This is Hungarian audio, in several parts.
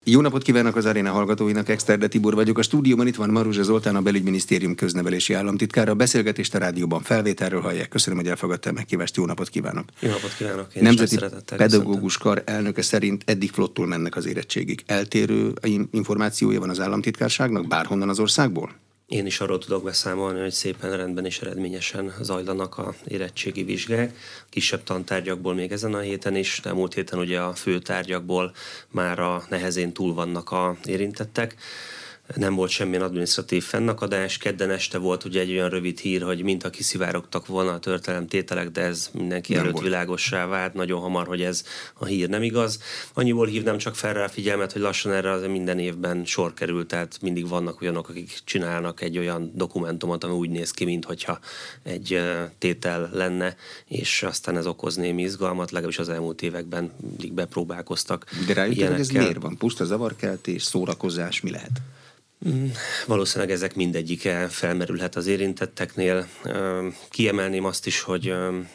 Jó napot kívánok az Aréna hallgatóinak, Exterde Tibor vagyok. A stúdióban itt van Maruzsa Zoltán, a Belügyminisztérium köznevelési államtitkára. A beszélgetést a rádióban felvételről hallják. Köszönöm, hogy elfogadta a meghívást. Jó napot kívánok! Jó napot kívánok! Én Nemzeti Pedagógus Kar elnöke szerint eddig flottul mennek az érettségig. Eltérő információja van az államtitkárságnak bárhonnan az országból? Én is arról tudok beszámolni, hogy szépen rendben és eredményesen zajlanak az érettségi vizsgák. Kisebb tantárgyakból még ezen a héten is, de múlt héten ugye a fő tárgyakból már a nehezén túl vannak az érintettek. Nem volt semmilyen adminisztratív fennakadás. Kedden este volt ugye egy olyan rövid hír, hogy mintha kiszivárogtak volna a történelemtételek, de ez mindenki előtt világossá vált nagyon hamar, hogy ez a hír nem igaz. Annyiból hívnám csak fel rá a figyelmet, hogy lassan erre az minden évben sor kerül, tehát mindig vannak olyanok, akik csinálnak egy olyan dokumentumot, ami úgy néz ki, minthogyha egy tétel lenne, és aztán ez okoz némi izgalmat, legalábbis az elmúlt években mindig bepróbálkoztak. De rájöttek, hogy ez miért van? Puszta zavarkeltés, szórakozás, mi lehet? Valószínűleg ezek mindegyike felmerülhet az érintetteknél. Kiemelném azt is, hogy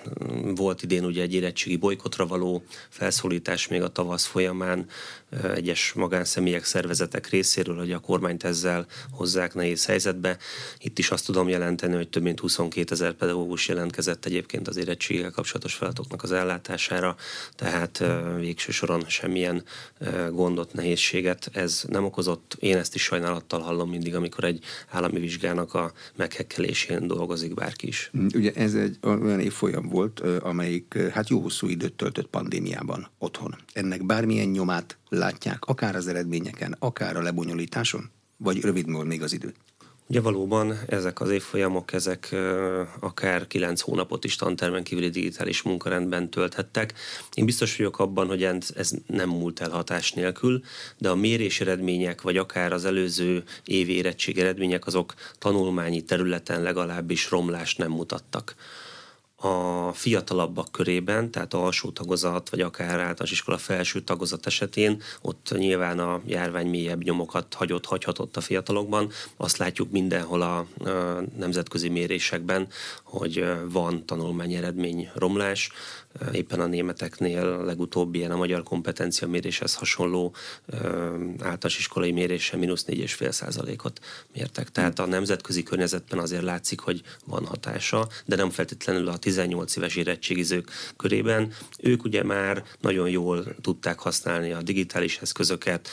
volt idén ugye egy érettségi bolykottra való felszólítás még a tavasz folyamán egyes magánszemélyek, szervezetek részéről, hogy a kormányt ezzel hozzák nehéz helyzetbe. Itt is azt tudom jelenteni, hogy több mint 22 000 pedagógus jelentkezett egyébként az érettséggel kapcsolatos feladatoknak az ellátására, tehát végső soron semmilyen gondot, nehézséget ez nem okozott. Én ezt is sajnálattal hallom mindig, amikor egy állami vizsgának a meghekkelésén dolgozik bárki is. Ugye ez egy olyan évfolyam volt, amelyik jó hosszú időt töltött pandémiában otthon. Ennek bármilyen nyomát látják, akár az eredményeken, akár a lebonyolításon, vagy rövid múl még az idő? Ugye valóban ezek az évfolyamok, ezek akár 9 hónapot is tantermen kívüli digitális munkarendben tölthettek. Én biztos vagyok abban, hogy ez nem múlt el hatás nélkül, de a mérés eredmények, vagy akár az előző évi érettség eredmények, azok tanulmányi területen legalábbis romlást nem mutattak. A fiatalabbak körében, tehát a alsó tagozat, vagy akár általános iskola felső tagozat esetén, ott nyilván a járvány mélyebb nyomokat hagyhatott a fiatalokban. Azt látjuk mindenhol a nemzetközi mérésekben, hogy van tanulmányi eredmény romlás. Éppen a németeknél a legutóbbi ilyen a magyar kompetencia méréshez hasonló általános iskolai mérésen -4,5%-ot mértek. Tehát a nemzetközi környezetben azért látszik, hogy van hatása, de nem feltétlenül a 18 éves érettségizők körében. Ők ugye már nagyon jól tudták használni a digitális eszközöket,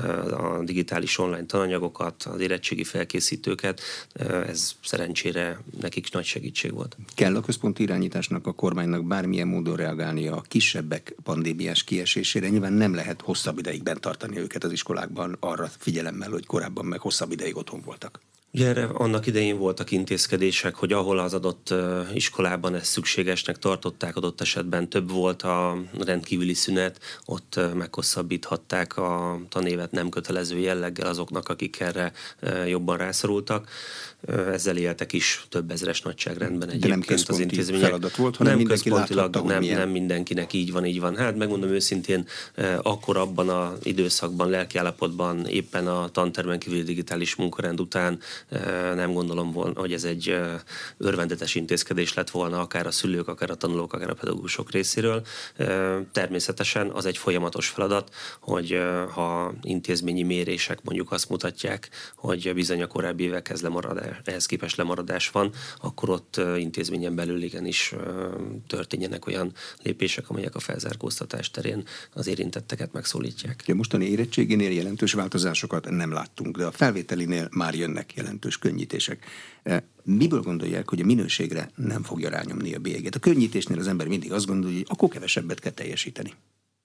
a digitális online tananyagokat, az érettségi felkészítőket. Ez szerencsére nekik nagy segítség volt. Kell a központi irányításnak, a kormánynak bármilyen módon reagálni a kisebbek pandémiás kiesésére? Nyilván nem lehet hosszabb ideig bent tartani őket az iskolákban arra figyelemmel, hogy korábban meg hosszabb ideig otthon voltak. Ugye erre annak idején voltak intézkedések, hogy ahol az adott iskolában ezt szükségesnek tartották, adott esetben több volt a rendkívüli szünet, ott meghosszabbíthatták a tanévet nem kötelező jelleggel azoknak, akik erre jobban rászorultak. Ezzel éltek is több ezeres nagyságrendben egyébként az intézmények. Feladat volt, hanem nem központilag, nem mindenkinek így van. Hát megmondom őszintén, akkor abban az időszakban, lelkiállapotban, éppen a tantermen kívüli digitális munkarend után nem gondolom volna, hogy ez egy örvendetes intézkedés lett volna, akár a szülők, akár a tanulók, akár a pedagógusok részéről. Természetesen az egy folyamatos feladat, hogy ha intézményi mérések mondjuk azt mutatják, hogy bizony a korábbi évekhez ehhez képest lemaradás van, akkor ott intézményen belül igenis történjenek olyan lépések, amelyek a felzárkóztatás terén az érintetteket megszólítják. A mostani érettségénél jelentős változásokat nem láttunk, de a felvételinél már jönnek jelentős könnyítések. Miből gondolják, hogy a minőségre nem fogja rányomni a bélyeget? A könnyítésnél az ember mindig azt gondolja, hogy akkor kevesebbet kell teljesíteni.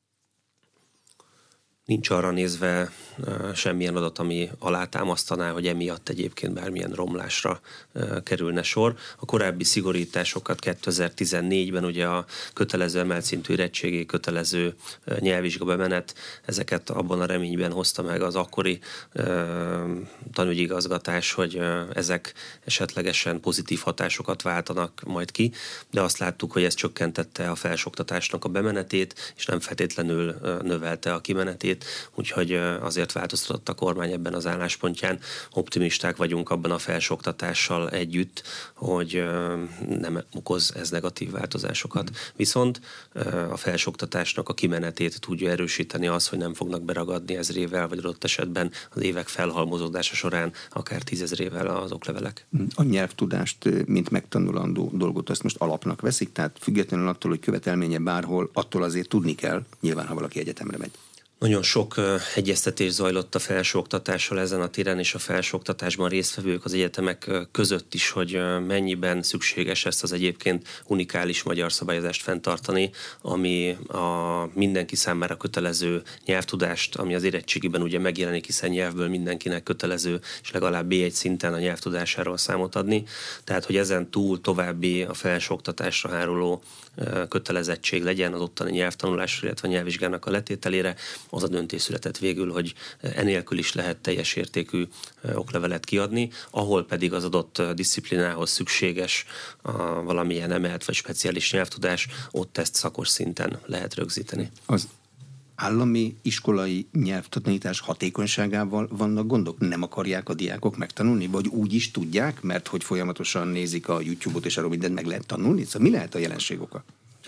Nincs arra nézve semmilyen adat, ami alátámasztaná, hogy emiatt egyébként bármilyen romlásra kerülne sor. A korábbi szigorításokat 2014-ben ugye a kötelező emelt szintű érettségi, kötelező nyelvvizsgabemenet, ezeket abban a reményben hozta meg az akkori tanügyi igazgatás, hogy ezek esetlegesen pozitív hatásokat váltanak majd ki, de azt láttuk, hogy ez csökkentette a felsőoktatásnak a bemenetét, és nem feltétlenül növelte a kimenetét, kérdését, úgyhogy azért változtatott a kormány ebben az álláspontján. Optimisták vagyunk abban a felsőoktatással együtt, hogy nem okoz ez negatív változásokat. Viszont a felsőoktatásnak a kimenetét tudja erősíteni az, hogy nem fognak beragadni ezrével, vagy adott esetben az évek felhalmozódása során akár 10 000-ével az oklevelek. A nyelvtudást, mint megtanulandó dolgot, azt most alapnak veszik, tehát függetlenül attól, hogy követelménye bárhol, attól azért tudni kell, nyilván, ha valaki egyetemre megy. Nagyon sok egyeztetés zajlott a felsőoktatással ezen a téren, és a felsőoktatásban résztvevők az egyetemek között is, hogy mennyiben szükséges ezt az egyébként unikális magyar szabályozást fenntartani, ami a mindenki számára kötelező nyelvtudást, ami az érettségiben ugye megjelenik, hiszen nyelvből mindenkinek kötelező, és legalább B1 szinten a nyelvtudásáról számot adni. Tehát, hogy ezen túl további a felsőoktatásra háruló kötelezettség legyen az ottani nyelvtanulásra, illetve a nyelvvizsgának a letételére, az a döntés született végül, hogy enélkül is lehet teljes értékű oklevelet kiadni, ahol pedig az adott diszciplinához szükséges valamilyen emelt vagy speciális nyelvtudás, ott ezt szakos szinten lehet rögzíteni. Az állami iskolai nyelvtanítás hatékonyságával vannak gondok? Nem akarják a diákok megtanulni? Vagy úgy is tudják, mert hogy folyamatosan nézik a YouTube-ot, és arról mindent meg lehet tanulni? Szóval mi lehet a jelenség oka?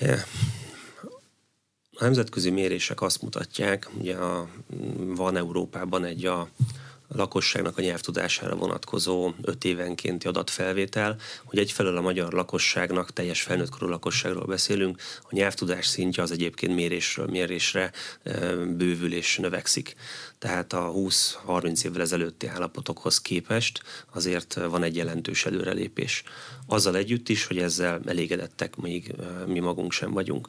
A nemzetközi mérések azt mutatják, ugye van Európában egy a lakosságnak a nyelvtudására vonatkozó 5 évenkénti adatfelvétel, hogy egyfelől a magyar lakosságnak, teljes felnőttkorú lakosságról beszélünk, a nyelvtudás szintje az egyébként mérésről mérésre bővül és növekszik. Tehát a 20-30 évvel ezelőtti állapotokhoz képest azért van egy jelentős előrelépés. Azzal együtt is, hogy ezzel elégedettek még mi magunk sem vagyunk.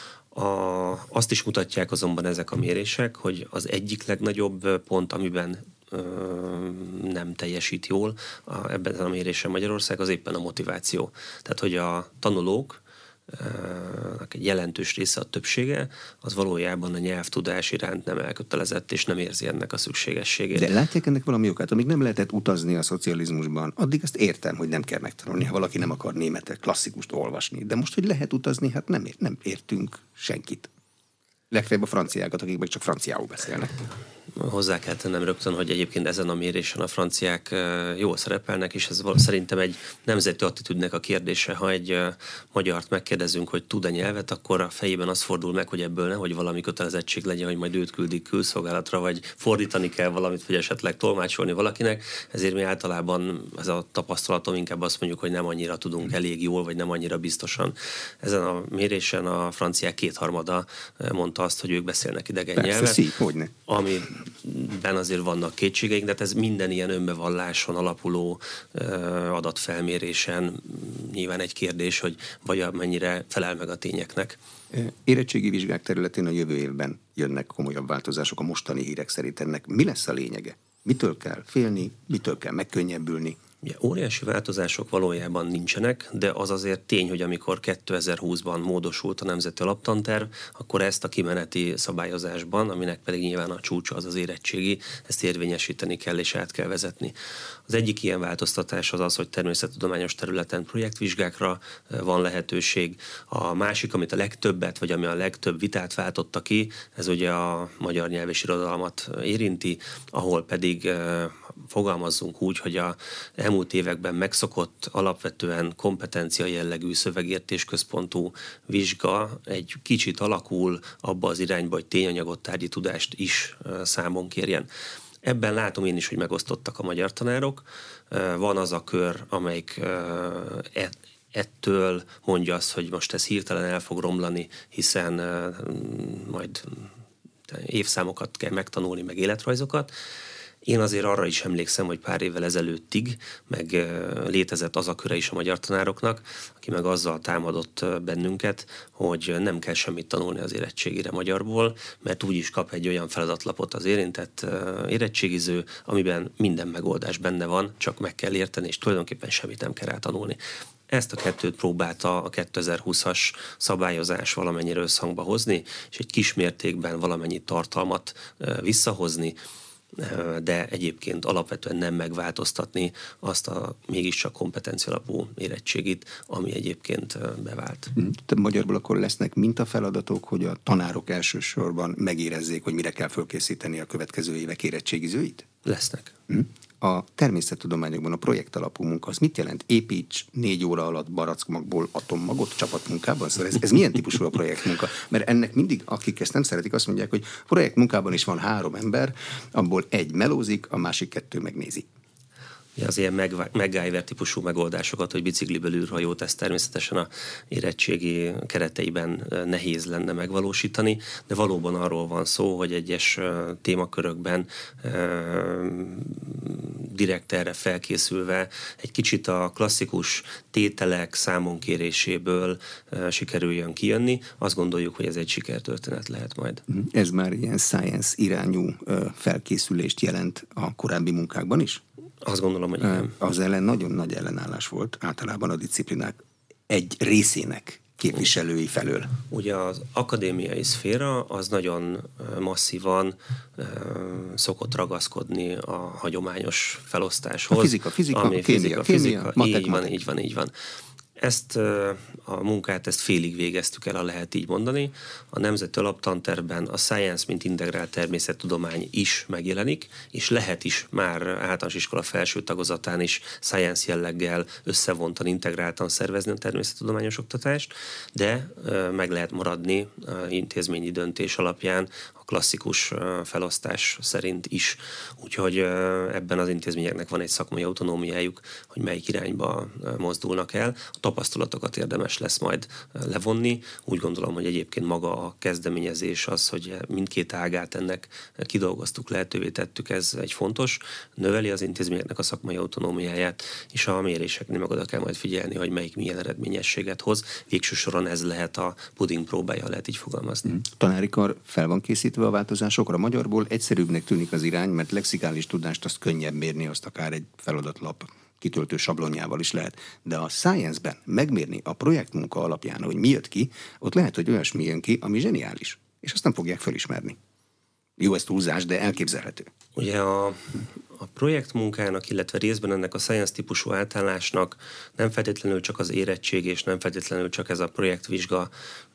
Azt is mutatják azonban ezek a mérések, hogy az egyik legnagyobb pont, amiben nem teljesít jól ebben a mérésen Magyarország, az éppen a motiváció. Tehát, hogy a tanulók egy jelentős része, a többsége, az valójában a nyelvtudás iránt nem elkötelezett, és nem érzi ennek a szükségességét. De látják ennek valami okát? Amíg nem lehetett utazni a szocializmusban, addig azt értem, hogy nem kell megtanulni, ha valaki nem akar németet, klasszikust olvasni. De most, hogy lehet utazni, hát nem értünk senkit. Legfeljebb a franciákat, akik meg csak franciául beszélnek. Hozzá kell tennem rögtön, hogy egyébként ezen a mérésen a franciák jól szerepelnek, és ez szerintem egy nemzeti attitűdnek a kérdése. Ha egy magyart megkérdezünk, hogy tud-e nyelvet, akkor a fejében az fordul meg, hogy ebből nehogy valami kötelezettség legyen, hogy majd őt küldik külszolgálatra, vagy fordítani kell valamit, vagy esetleg tolmácsolni valakinek. Ezért mi általában, ez a tapasztalatom, inkább azt mondjuk, hogy nem annyira tudunk elég jól, vagy nem annyira biztosan. Ezen a mérésen a franciák 2/3 mondta azt, hogy ők beszélnek idegen nyelvet. Amiben azért vannak kétségeink, de hát ez minden ilyen önbevalláson alapuló adatfelmérésen nyilván egy kérdés, hogy vajon mennyire felel meg a tényeknek. Érettségi vizsgák területén a jövő évben jönnek komolyabb változások a mostani hírek szerint. Ennek mi lesz a lényege? Mitől kell félni, mitől kell megkönnyebbülni? Ugye, óriási változások valójában nincsenek, de az azért tény, hogy amikor 2020-ban módosult a Nemzeti Alaptanterv, akkor ezt a kimeneti szabályozásban, aminek pedig nyilván a csúcsa az érettségi, ezt érvényesíteni kell és át kell vezetni. Az egyik ilyen változtatás az az, hogy természettudományos területen projektvizsgákra van lehetőség. A másik, amit a legtöbbet, vagy ami a legtöbb vitát váltotta ki, ez ugye a magyar nyelv és irodalmat érinti, ahol pedig fogalmazzunk úgy, hogy a elmúlt években megszokott alapvetően kompetencia jellegű szövegértésközpontú vizsga egy kicsit alakul abba az irányba, hogy tényanyagot, tárgyi tudást is számon kérjen. Ebben látom én is, hogy megosztottak a magyar tanárok. Van az a kör, amelyik ettől mondja azt, hogy most ez hirtelen el fog romlani, hiszen majd évszámokat kell megtanulni, meg életrajzokat. Én azért arra is emlékszem, hogy pár évvel ezelőttig meg létezett az a köre is a magyar tanároknak, aki meg azzal támadott bennünket, hogy nem kell semmit tanulni az érettségire magyarból, mert úgyis kap egy olyan feladatlapot az érintett érettségiző, amiben minden megoldás benne van, csak meg kell érteni, és tulajdonképpen semmit nem kell eltanulni. Ezt a kettőt próbálta a 2020-as szabályozás valamennyire összhangba hozni, és egy kis mértékben valamennyi tartalmat visszahozni. de egyébként alapvetően nem megváltoztatni azt a mégiscsak kompetencia alapú érettségit, ami egyébként bevált. Te magyarból akkor lesznek mintafeladatok, hogy a tanárok elsősorban megérezzék, hogy mire kell fölkészíteni a következő évek érettségizőit? Lesznek. A természettudományokban a projekt alapú munka, az mit jelent? Építs 4 óra alatt barackmagból atommagot csapatmunkában? Szóval ez milyen típusú a projektmunka? Mert ennek mindig, akik ezt nem szeretik, azt mondják, hogy projektmunkában is van 3 ember, abból egy melózik, a másik 2 megnézi. Az ilyen MacGyver típusú megoldásokat, hogy bicikliből űrhajót, ezt természetesen a érettségi kereteiben nehéz lenne megvalósítani, de valóban arról van szó, hogy egyes témakörökben direkt erre felkészülve egy kicsit a klasszikus tételek számonkéréséből sikerüljön kijönni. Azt gondoljuk, hogy ez egy sikertörténet lehet majd. Ez már ilyen science irányú felkészülést jelent a korábbi munkákban is? Azt gondolom, hogy igen. Az ellen nagyon nagy ellenállás volt általában a disziplinák egy részének képviselői felől. Ugye az akadémiai szféra az nagyon masszívan szokott ragaszkodni a hagyományos felosztáshoz. A fizika, kémia, így van. Ezt a munkát félig végeztük el, ha lehet így mondani. A Nemzeti Alaptantervben a Science, mint integrált természettudomány is megjelenik, és lehet is már általános iskola felső tagozatán is Science jelleggel összevontan, integráltan szervezni a természettudományos oktatást, de meg lehet maradni intézményi döntés alapján a klasszikus felosztás szerint is. Úgyhogy ebben az intézményeknek van egy szakmai autonómiájuk, hogy melyik irányba mozdulnak el. A tapasztalatokat érdemes lesz majd levonni. Úgy gondolom, hogy egyébként maga a kezdeményezés az, hogy mindkét ágát ennek kidolgoztuk, lehetővé tettük, ez egy fontos. Növeli az intézményeknek a szakmai autonómiáját, és a méréseknél meg oda kell majd figyelni, hogy melyik milyen eredményességet hoz. Végső soron ez lehet a puding próbája, lehet így fogalmazni. Tanári kar fel van készítve a változásokra? Magyarból egyszerűbbnek tűnik az irány, mert lexikális tudást azt könnyebb mérni, azt akár egy feladatlap kitöltő sablonjával is lehet. De a Science-ben megmérni a projektmunka alapján, hogy mi jött ki, ott lehet, hogy olyasmi jön ki, ami zseniális. És azt nem fogják felismerni. Jó, ez túlzás, de elképzelhető. Ugye a projektmunkának, illetve részben ennek a science típusú átállásnak nem feltétlenül csak az érettség, és nem feltétlenül csak ez a projektvizsga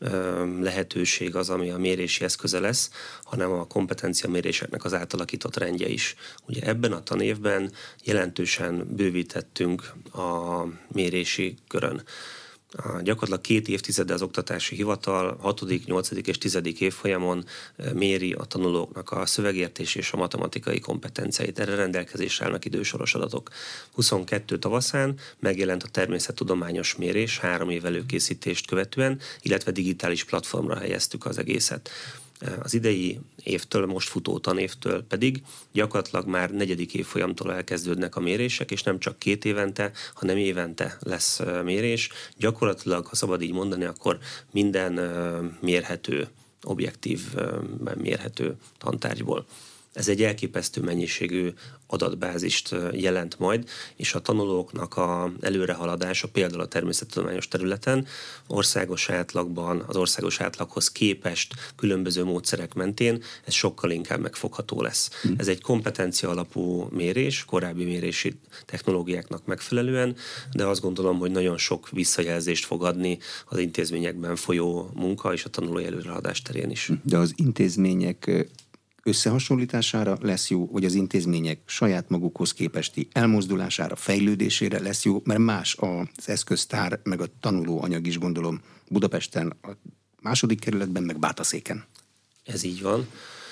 lehetőség az, ami a mérési eszköze lesz, hanem a kompetenciaméréseknek az átalakított rendje is. Ugye ebben a tanévben jelentősen bővítettünk a mérési körön. Gyakorlatilag 2 évtizede az Oktatási Hivatal 6., 8. és 10. évfolyamon méri a tanulóknak a szövegértés és a matematikai kompetenciáit. Erre rendelkezésre állnak idősoros adatok. 22 tavaszán megjelent a természettudományos mérés 3 év előkészítést követően, illetve digitális platformra helyeztük az egészet. Az idei évtől, most futó tanévtől pedig gyakorlatilag már 4. évfolyamtól elkezdődnek a mérések, és nem csak 2 évente, hanem évente lesz mérés. Gyakorlatilag, ha szabad így mondani, akkor minden mérhető, objektíven mérhető tantárgyból. Ez egy elképesztő mennyiségű adatbázist jelent majd, és a tanulóknak a előrehaladása például a természettudományos területen országos átlagban, az országos átlaghoz képest különböző módszerek mentén ez sokkal inkább megfogható lesz. Ez egy kompetencia alapú mérés, korábbi mérési technológiáknak megfelelően, de azt gondolom, hogy nagyon sok visszajelzést fog adni az intézményekben folyó munka és a tanulói előrehaladás terén is. De az intézmények összehasonlítására lesz jó, vagy az intézmények saját magukhoz képesti elmozdulására, fejlődésére lesz jó, mert más az eszköztár, meg a tanulóanyag is gondolom Budapesten, a 2. kerületben, meg Bátaszéken. Ez így van.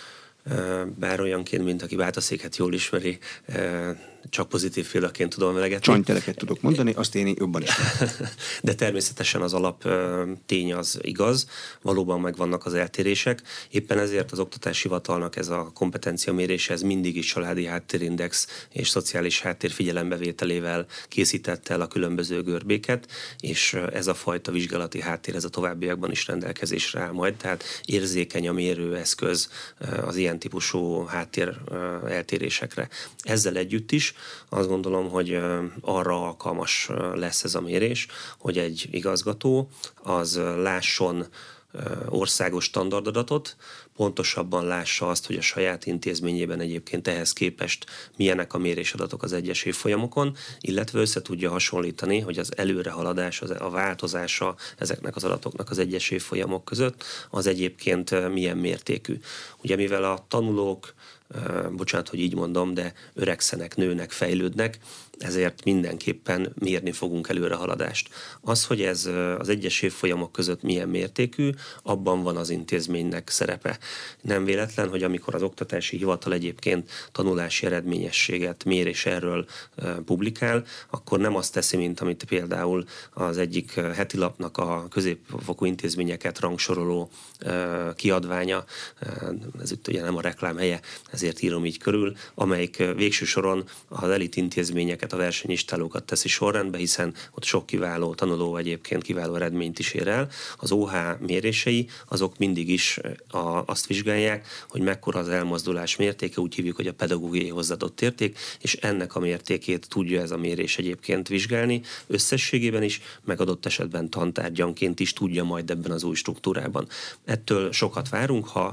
Bár olyanként, mint aki Bátaszéket jól ismeri, csak pozitív példaként tudom emlegetni. Csanyteleket tudok mondani, azt én jobban is. De természetesen az alap tény az igaz, valóban megvannak az eltérések. Éppen ezért az Oktatási Hivatalnak ez a kompetenciamérése, ez mindig is családi háttérindex és szociális háttér figyelembevételével készítette el a különböző görbéket, és ez a fajta vizsgálati háttér, ez a továbbiakban is rendelkezésre áll majd, tehát érzékeny a mérőeszköz az ilyen típusú háttér eltérésekre. Ezzel együtt is azt gondolom, hogy arra alkalmas lesz ez a mérés, hogy egy igazgató az lásson országos standardadatot, pontosabban lássa azt, hogy a saját intézményében egyébként ehhez képest milyenek a mérésadatok az egyes évfolyamokon, illetve össze tudja hasonlítani, hogy az előrehaladás, a változása ezeknek az adatoknak az egyes évfolyamok között az egyébként milyen mértékű. Ugye mivel a tanulók, bocsánat, hogy így mondom, de öregszenek, nőnek, fejlődnek, ezért mindenképpen mérni fogunk előrehaladást. Az, hogy ez az egyes évfolyamok között milyen mértékű, abban van az intézménynek szerepe. Nem véletlen, hogy amikor az Oktatási Hivatal egyébként tanulási eredményességet mér és erről publikál, akkor nem azt teszi, mint amit például az egyik heti lapnak a középfokú intézményeket rangsoroló kiadványa, ez itt ugye nem a reklám helye, ezért írom így körül, amelyik végső soron az elit intézményeket, a versenyistálókat teszi sorrendbe, hiszen ott sok kiváló tanuló egyébként kiváló eredményt is ér el. Az OH mérései azok mindig is azt vizsgálják, hogy mekkora az elmozdulás mértéke, úgy hívjuk, hogy a pedagógiai hozzáadott érték, és ennek a mértékét tudja ez a mérés egyébként vizsgálni, összességében is, meg adott esetben tantárgyanként is tudja majd ebben az új struktúrában. Ettől sokat várunk, ha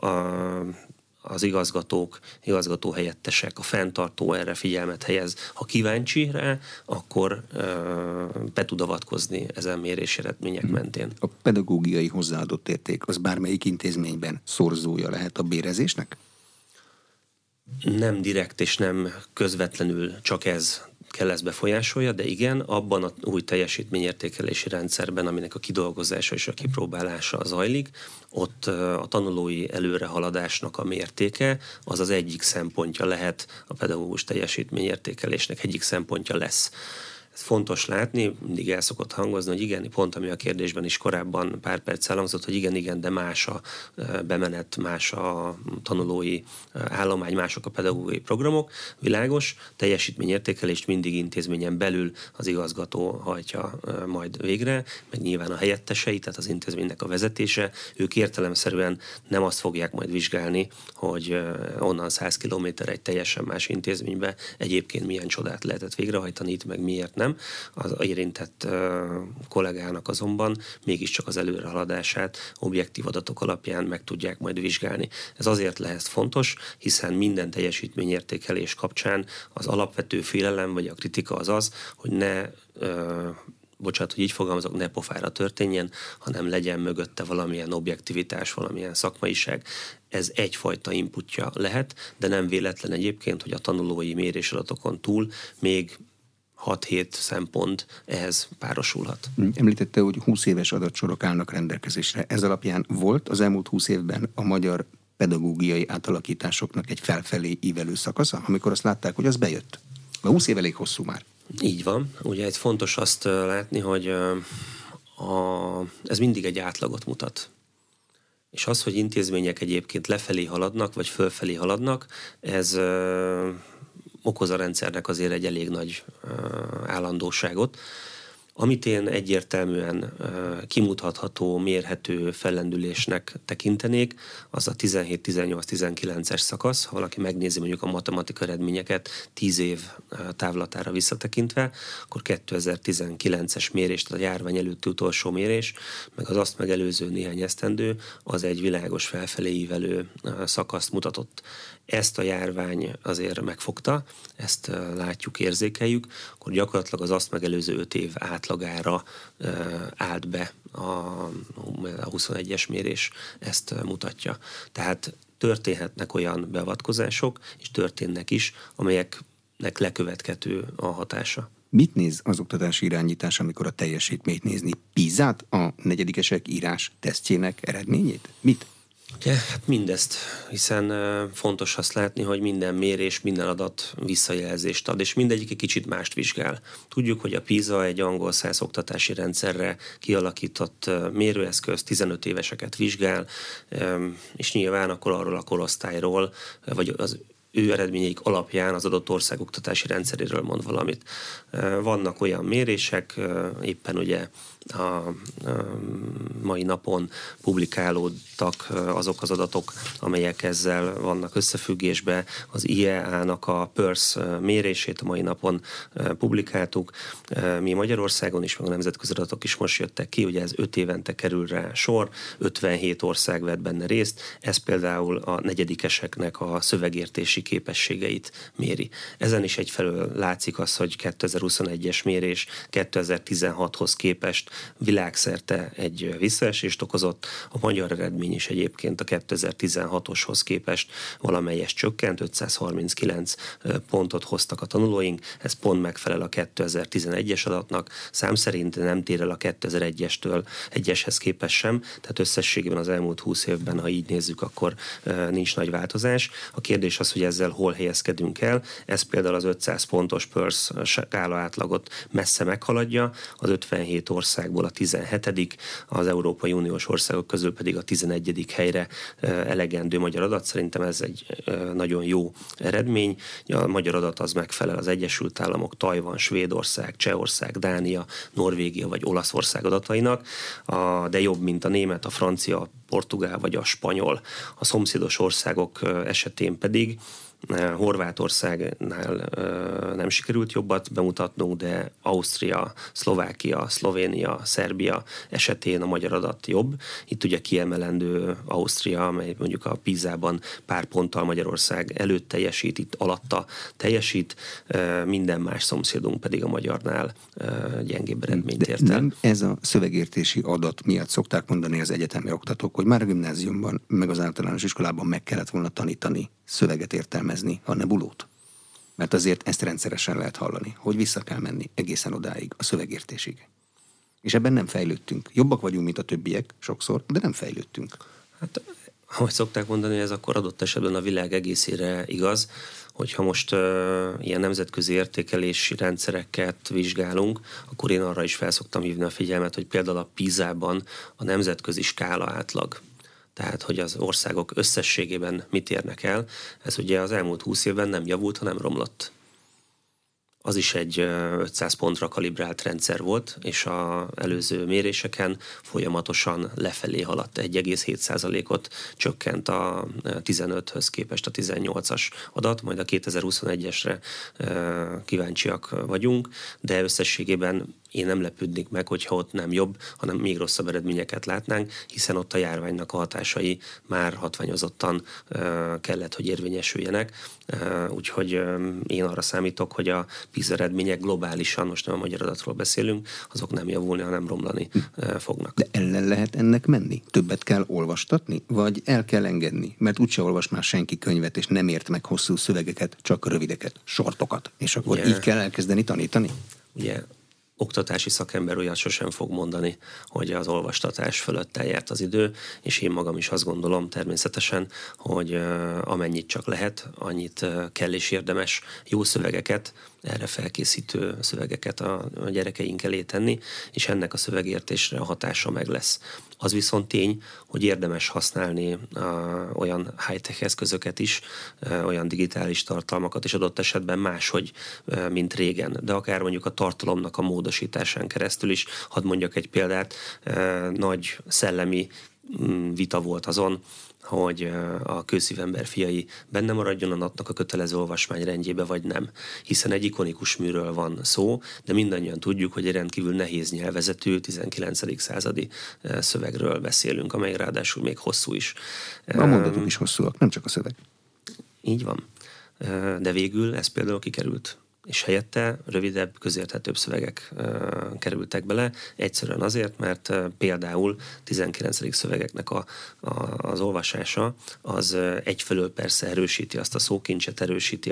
az igazgatók, igazgatóhelyettesek, a fenntartó erre figyelmet helyez. Ha kíváncsi rá, akkor be tud avatkozni ezen mérési eredmények mentén. A pedagógiai hozzáadott érték az bármelyik intézményben szorzója lehet a bérezésnek? Nem direkt és nem közvetlenül csak ez kell ezt befolyásolja, de igen, abban az új teljesítményértékelési rendszerben, aminek a kidolgozása és a kipróbálása zajlik, ott a tanulói előrehaladásnak a mértéke az az egyik szempontja lehet, a pedagógus teljesítményértékelésnek egyik szempontja lesz. Ez fontos látni, mindig el szokott hangozni, hogy igen, pont ami a kérdésben is korábban pár perc elhangzott, hogy igen, de más a bemenet, más a tanulói állomány, mások a pedagógiai programok. Világos, teljesítményértékelést mindig intézményen belül az igazgató hajtja majd végre, meg nyilván a helyettesei, tehát az intézménynek a vezetése. Ők értelemszerűen nem azt fogják majd vizsgálni, hogy onnan 100 kilométer egy teljesen más intézménybe egyébként milyen csodát lehetett végrehajtani, itt meg miért nem. Az érintett kollégának azonban mégiscsak az előrehaladását objektív adatok alapján meg tudják majd vizsgálni. Ez azért lehet fontos, hiszen minden teljesítményértékelés kapcsán az alapvető félelem vagy a kritika az, hogy bocsánat, hogy így fogalmazok, ne pofára történjen, hanem legyen mögötte valamilyen objektivitás, valamilyen szakmaiság. Ez egyfajta inputja lehet, de nem véletlen egyébként, hogy a tanulói mérésadatokon túl még 6-7 szempont ehhez párosulhat. Említette, hogy 20 éves adatsorok állnak rendelkezésre. Ez alapján volt az elmúlt 20 évben a magyar pedagógiai átalakításoknak egy felfelé ívelő szakasza, amikor azt látták, hogy az bejött. A 20 év elég hosszú már. Így van. Ugye egy fontos azt látni, hogy ez mindig egy átlagot mutat. És az, hogy intézmények egyébként lefelé haladnak, vagy fölfelé haladnak, ez okoz a rendszernek azért egy elég nagy állandóságot. Amit én egyértelműen kimutatható, mérhető fellendülésnek tekintenék, az a 17-18-19-es szakasz, ha valaki megnézi mondjuk a matematika eredményeket 10 év távlatára visszatekintve, akkor 2019-es mérés, tehát a járvány előtti utolsó mérés, meg az azt megelőző néhány esztendő, az egy világos felfelé ívelő szakaszt mutatott. Ezt a járvány azért megfogta, ezt látjuk, érzékeljük, akkor gyakorlatilag az azt megelőző 5 év átlagára állt be a 21-es mérés, ezt mutatja. Tehát történhetnek olyan beavatkozások, és történnek is, amelyeknek lekövetkező a hatása. Mit néz az oktatási irányítás, amikor a teljesítményt nézni? PISA-t, a negyedikesek írás tesztjének eredményét? Mit? Ja, hát mindezt, hiszen fontos azt látni, hogy minden mérés, minden adat visszajelzést ad, és mindegyik egy kicsit mást vizsgál. Tudjuk, hogy a PISA egy angol száz oktatási rendszerre kialakított mérőeszköz, 15 éveseket vizsgál, és nyilván akkor arról a korosztályról, vagy az ő eredményeik alapján az adott ország oktatási rendszeréről mond valamit. Vannak olyan mérések, éppen ugye a mai napon publikálódtak azok az adatok, amelyek ezzel vannak összefüggésben. Az IEA-nak a PIRSZ mérését a mai napon publikáltuk. Mi Magyarországon is, meg a nemzetközi adatok is most jöttek ki, ugye ez 5 évente kerül rá sor, 57 ország vett benne részt, ez például a negyedikeseknek a szövegértési képességeit méri. Ezen is egyfelől látszik az, hogy 2021-es mérés 2016-hoz képest világszerte egy visszaesést okozott, a magyar eredmény is egyébként a 2016-oshoz képest valamelyes csökkent, 539 pontot hoztak a tanulóink, ez pont megfelel a 2011-es adatnak, szám szerint nem tér el a 2001-eshez képest sem, tehát összességében az elmúlt 20 évben, ha így nézzük, akkor nincs nagy változás. A kérdés az, hogy ezzel hol helyezkedünk el, ez például az 500 pontos PIRSZ skála átlagot messze meghaladja, az 57 országból a 17., az Európai Uniós országok közül pedig a 11. helyre elegendő magyar adat. Szerintem ez egy nagyon jó eredmény. A magyar adat az megfelel az Egyesült Államok, Tajvan, Svédország, Csehország, Dánia, Norvégia vagy Olaszország adatainak, de jobb, mint a német, a francia, a portugál vagy a spanyol. A szomszédos országok esetén pedig Horvátországnál nem sikerült jobbat bemutatnunk, de Ausztria, Szlovákia, Szlovénia, Szerbia esetén a magyar adat jobb. Itt ugye kiemelendő Ausztria, amely mondjuk a PISA-ban pár ponttal Magyarország előtt teljesít, itt alatta teljesít, minden más szomszédunk pedig a magyarnál gyengébb eredményt ért el. Nem ez a szövegértési adat miatt szokták mondani az egyetemi oktatók, hogy már a gimnáziumban, meg az általános iskolában meg kellett volna tanítani szöveget értelmezni, a nebulót? Mert azért ezt rendszeresen lehet hallani, hogy vissza kell menni egészen odáig, a szövegértésig. És ebben nem fejlődtünk. Jobbak vagyunk, mint a többiek sokszor, de nem fejlődtünk. Hát, ahogy szokták mondani, ez akkor adott esetben a világ egészére igaz, hogyha most ilyen nemzetközi értékelési rendszereket vizsgálunk, akkor én arra is felszoktam hívni a figyelmet, hogy például a PISA-ban a nemzetközi skála átlag, tehát hogy az országok összességében mit érnek el, ez ugye az elmúlt 20 évben nem javult, hanem romlott. Az is egy 500 pontra kalibrált rendszer volt, és az előző méréseken folyamatosan lefelé haladt. 1,7%-ot csökkent a 15-höz képest a 18-as adat, majd a 2021-esre kíváncsiak vagyunk, de összességében én nem lepődnék meg, hogyha ott nem jobb, hanem még rosszabb eredményeket látnánk, hiszen ott a járványnak a hatásai már hatványozottan kellett, hogy érvényesüljenek. Úgyhogy én arra számítok, hogy a PISA eredmények globálisan, most nem a magyar adatról beszélünk, azok nem javulni, hanem romlani fognak. De ellen lehet ennek menni? Többet kell olvastatni? Vagy el kell engedni? Mert úgyse olvas már senki könyvet, és nem ért meg hosszú szövegeket, csak rövideket, sortokat. És akkor így kell elkezdeni tanítani? Ugye, oktatási szakember olyat sosem fog mondani, hogy az olvastatás fölött eljárt az idő, és én magam is azt gondolom természetesen, hogy amennyit csak lehet, annyit kell és érdemes jó szövegeket, erre felkészítő szövegeket a gyerekeink elé tenni, és ennek a szövegértésre a hatása meg lesz. Az viszont tény, hogy érdemes használni olyan high-tech eszközöket is, olyan digitális tartalmakat, és adott esetben máshogy, mint régen. De akár mondjuk a tartalomnak a módosításán keresztül is, hadd mondjak egy példát, nagy szellemi vita volt azon, hogy a Kőszívember fiai benne maradjon a NAT-nak a kötelező olvasmányrendjébe, vagy nem. Hiszen egy ikonikus műről van szó, de mindannyian tudjuk, hogy egy rendkívül nehéz nyelvezetű 19. századi szövegről beszélünk, amely ráadásul még hosszú is. A mondatok is hosszúak, nem csak a szöveg. Így van. De végül ez például kikerült. És helyette rövidebb, közérthetőbb szövegek kerültek bele, egyszerűen azért, mert például 19. szövegeknek az olvasása az egyfelől persze erősíti azt a szókincset, erősíti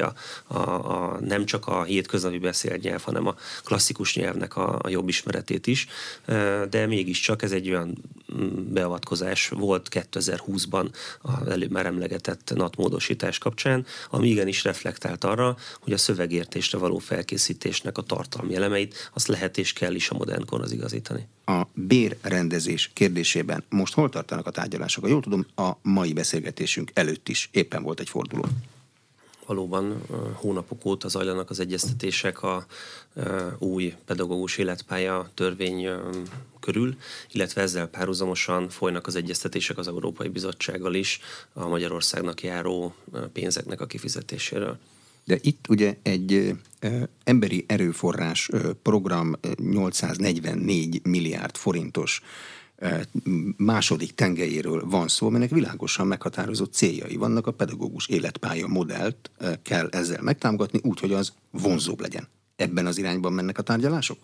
nem csak a hétköznapi beszélt nyelv, hanem a klasszikus nyelvnek a jobb ismeretét is, de mégiscsak ez egy olyan beavatkozás volt 2020-ban az előbb már emlegetett NAT módosítás kapcsán, ami igenis reflektált arra, hogy a szövegértésre való felkészítésnek a tartalmi elemeit azt lehet és kell is a modern korhoz igazítani. A bérrendezés kérdésében most hol tartanak a tárgyalások? Jól tudom, a mai beszélgetésünk előtt is éppen volt egy forduló. Valóban hónapok óta zajlanak az egyeztetések a új pedagógus életpálya törvény körül, illetve ezzel párhuzamosan folynak az egyeztetések az Európai Bizottsággal is a Magyarországnak járó pénzeknek a kifizetéséről. De itt ugye egy emberi erőforrás program 844 milliárd forintos második tengelyéről van szó, aminek világosan meghatározott céljai vannak. A pedagógus életpálya modellt kell ezzel megtámogatni, úgy, hogy az vonzóbb legyen. Ebben az irányban mennek a tárgyalások?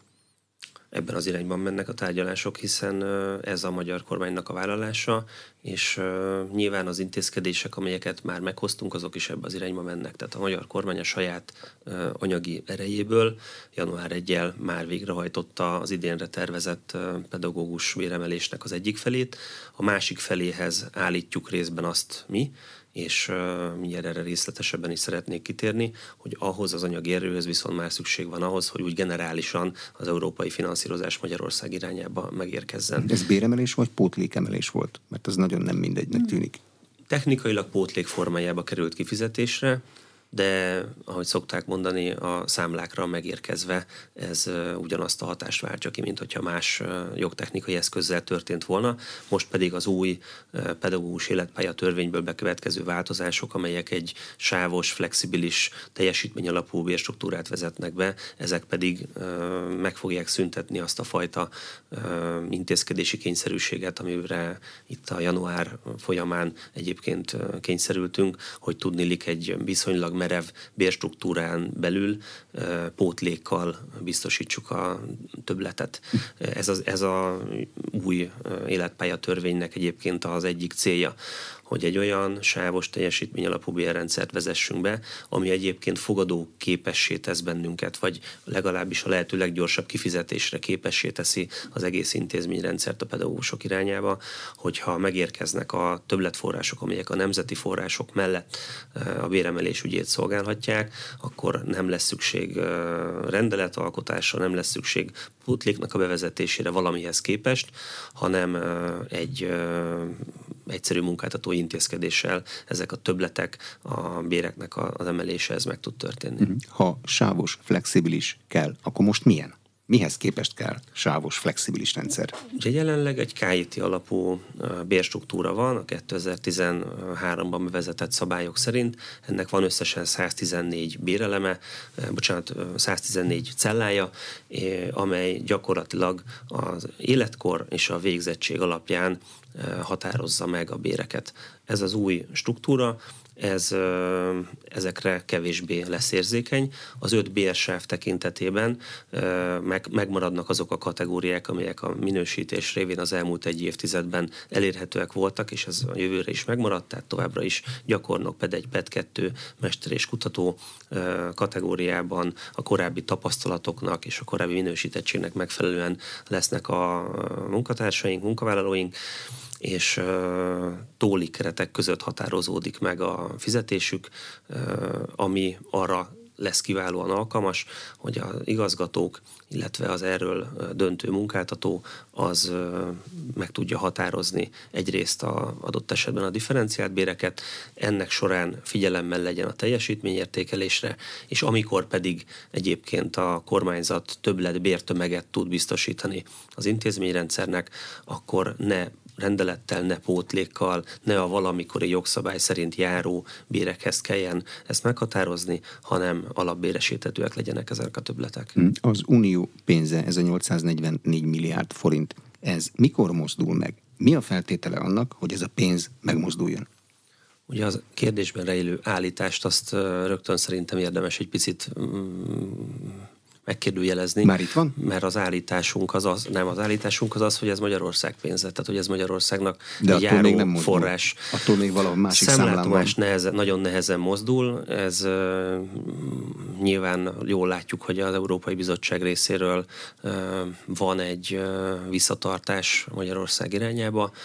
Ebben az irányban mennek a tárgyalások, hiszen ez a magyar kormánynak a vállalása, és nyilván az intézkedések, amelyeket már meghoztunk, azok is ebben az irányba mennek. Tehát a magyar kormány a saját anyagi erejéből január 1-jel már végrehajtotta az idénre tervezett pedagógus béremelésnek az egyik felét, a másik feléhez állítjuk részben azt mi, és mindjárt erre részletesebben is szeretnék kitérni, hogy ahhoz az anyagi erőhöz viszont már szükség van ahhoz, hogy úgy generálisan az európai finanszírozás Magyarország irányába megérkezzen. Ez béremelés vagy pótlékemelés volt? Mert az nagyon nem mindegynek tűnik. Technikailag pótlék formájába került kifizetésre, de ahogy szokták mondani, a számlákra megérkezve ez ugyanazt a hatást váltja ki, mint hogyha más jogtechnikai eszközzel történt volna. Most pedig az új pedagógus életpálya törvényből bekövetkező változások, amelyek egy sávos, flexibilis, teljesítményalapú bérstruktúrát vezetnek be, ezek pedig meg fogják szüntetni azt a fajta intézkedési kényszerűséget, amire itt a január folyamán egyébként kényszerültünk, hogy tudniillik egy viszonylag merev bérstruktúrán belül pótlékkal biztosítsuk a többletet. Ez a új életpálya törvénynek egyébként az egyik célja, hogy egy olyan sávos teljesítmény alapú bérrendszert vezessünk be, ami egyébként fogadó képessé tesz bennünket, vagy legalábbis a lehető leggyorsabb kifizetésre képessé teszi az egész intézményrendszert a pedagógusok irányába, hogyha megérkeznek a többletforrások, amelyek a nemzeti források mellett a béremelés ügyét szolgálhatják, akkor nem lesz szükség rendeletalkotásra, nem lesz szükség pótléknak a bevezetésére valamihez képest, hanem egy egyszerű munkáltatói intézkedéssel ezek a többletek, a béreknek az emelése, ez meg tud történni. Ha sávos, flexibilis kell, akkor most milyen? Mihez képest kell sávos, flexibilis rendszer? Ugye jelenleg egy KIT alapú bérstruktúra van, a 2013-ban bevezetett szabályok szerint. Ennek van összesen 114 béreleme, 114 cellája, amely gyakorlatilag az életkor és a végzettség alapján határozza meg a béreket. Ez az új struktúra, ezekre kevésbé lesz érzékeny. Az 5 bérsáv tekintetében megmaradnak azok a kategóriák, amelyek a minősítés révén az elmúlt egy évtizedben elérhetőek voltak, és ez a jövőre is megmaradt, tehát továbbra is gyakornok, PED 1, PED 2, mester és kutató kategóriában a korábbi tapasztalatoknak és a korábbi minősítettségnek megfelelően lesznek a munkatársaink, munkavállalóink, és tóli keretek között határozódik meg a fizetésük, ami arra lesz kiválóan alkalmas, hogy az igazgatók, illetve az erről döntő munkáltató az meg tudja határozni egyrészt adott esetben a differenciált béreket, ennek során figyelemmel legyen a teljesítményértékelésre, és amikor pedig egyébként a kormányzat többlet bértömeget tud biztosítani az intézményrendszernek, akkor ne rendelettel, ne pótlékkal, ne a valamikori jogszabály szerint járó bérekhez kelljen ezt meghatározni, hanem alapbéresítetőek legyenek ezek a többletek. Az unió pénze, ez a 844 milliárd forint, ez mikor mozdul meg? Mi a feltétele annak, hogy ez a pénz megmozduljon? Ugye az kérdésben rejlő állítást azt rögtön szerintem érdemes egy picit megkérdőjelezni. Már itt van? Mert az állításunk az, hogy ez Magyarország pénze, tehát hogy ez Magyarországnak de egy járó nem forrás. Attól még valahol másik számlán van. Nagyon nehezen mozdul, ez nyilván jól látjuk, hogy az Európai Bizottság részéről van egy visszatartás Magyarország irányába.